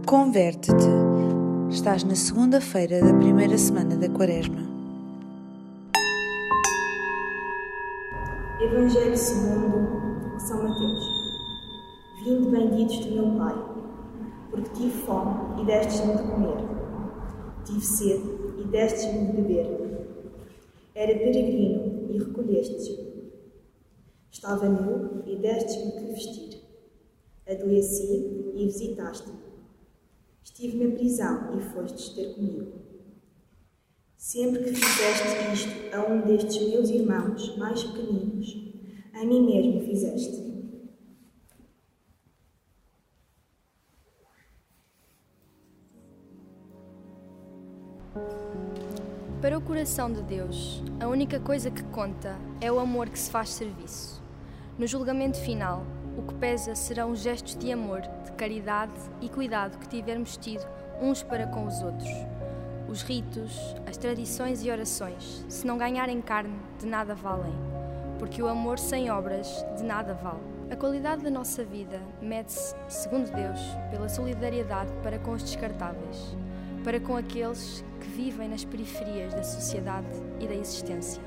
Converte-te. Estás na segunda-feira da primeira semana da Quaresma. Evangelho segundo São Mateus. Vinde benditos do meu Pai, porque tive fome e destes-me de comer. Tive sede e destes-me de beber. Era peregrino e recolhestes-me. Estava nu e destes-me que vestir. Adoeci e visitaste-me. Estive na prisão e fostes ter comigo. Sempre que fizeste isto a um destes meus irmãos mais pequeninos, a mim mesmo fizeste. Para o coração de Deus, a única coisa que conta é o amor que se faz serviço. No julgamento final, o que pesa serão os gestos de amor, de caridade e cuidado que tivermos tido uns para com os outros. Os ritos, as tradições e orações, se não ganharem carne, de nada valem, porque o amor sem obras de nada vale. A qualidade da nossa vida mede-se, segundo Deus, pela solidariedade para com os descartáveis, para com aqueles que vivem nas periferias da sociedade e da existência.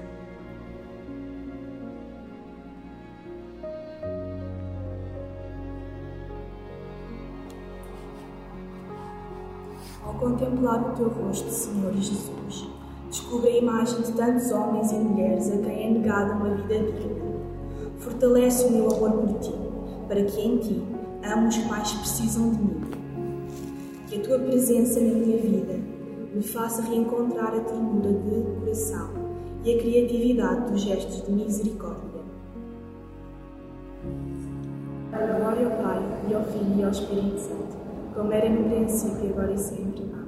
Ao contemplar o teu rosto, Senhor Jesus, descubro a imagem de tantos homens e mulheres a quem é negada uma vida digna. Fortalece o meu amor por ti, para que em ti ame os que mais precisam de mim. Que a tua presença na minha vida me faça reencontrar a ternura de coração e a criatividade dos gestos de misericórdia. Glória ao Pai, e ao Filho e ao Espírito Santo, como era no princípio, agora e sempre. Amém.